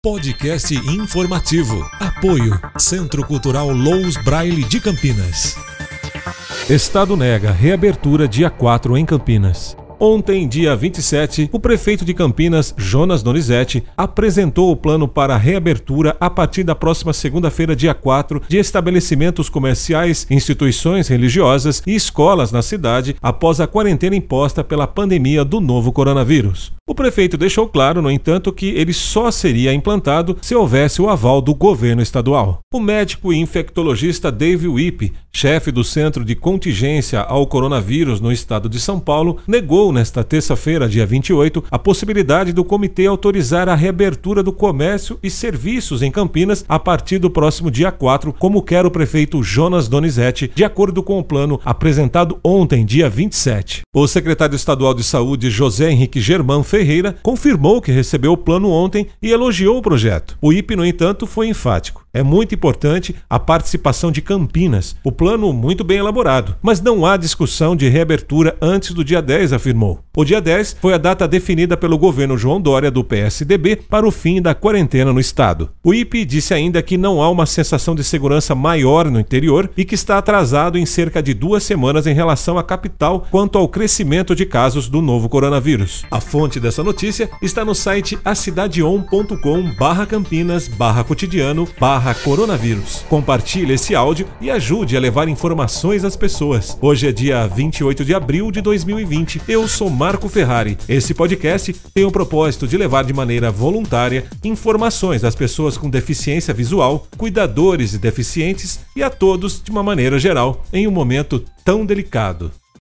Podcast informativo. Apoio Centro Cultural Lous Braille de Campinas. Estado nega reabertura dia 4 em Campinas. Ontem, dia 27, o prefeito de Campinas, Jonas Donizete, apresentou o plano para a reabertura a partir da próxima segunda-feira, dia 4, de estabelecimentos comerciais, instituições religiosas e escolas na cidade após a quarentena imposta pela pandemia do novo coronavírus. O prefeito deixou claro, no entanto, que ele só seria implantado se houvesse o aval do governo estadual. O médico e infectologista David Wippe, chefe do Centro de Contingência ao Coronavírus no estado de São Paulo, negou nesta terça-feira, dia 28, a possibilidade do comitê autorizar a reabertura do comércio e serviços em Campinas a partir do próximo dia 4, como quer o prefeito Jonas Donizete, de acordo com o plano apresentado ontem, dia 27. O secretário estadual de Saúde, José Henrique Germán Ferreira, confirmou que recebeu o plano ontem e elogiou o projeto. O Wippe, no entanto, foi enfático. É muito importante a participação de Campinas, o plano muito bem elaborado, mas não há discussão de reabertura antes do dia 10, afirmou. O dia 10 foi a data definida pelo governo João Dória, do PSDB, para o fim da quarentena no estado. O Wippe disse ainda que não há uma sensação de segurança maior no interior e que está atrasado em cerca de 2 semanas em relação à capital quanto ao crescimento de casos do novo coronavírus. A fonte dessa notícia está no site acidadeon.com/campinas/cotidiano/coronavírus. Compartilhe esse áudio e ajude a levar informações às pessoas. Hoje é dia 28 de abril de 2020. Eu sou Marco Ferrari. Esse podcast tem o propósito de levar de maneira voluntária informações às pessoas com deficiência visual, cuidadores de deficientes e a todos de uma maneira geral, em um momento tão delicado.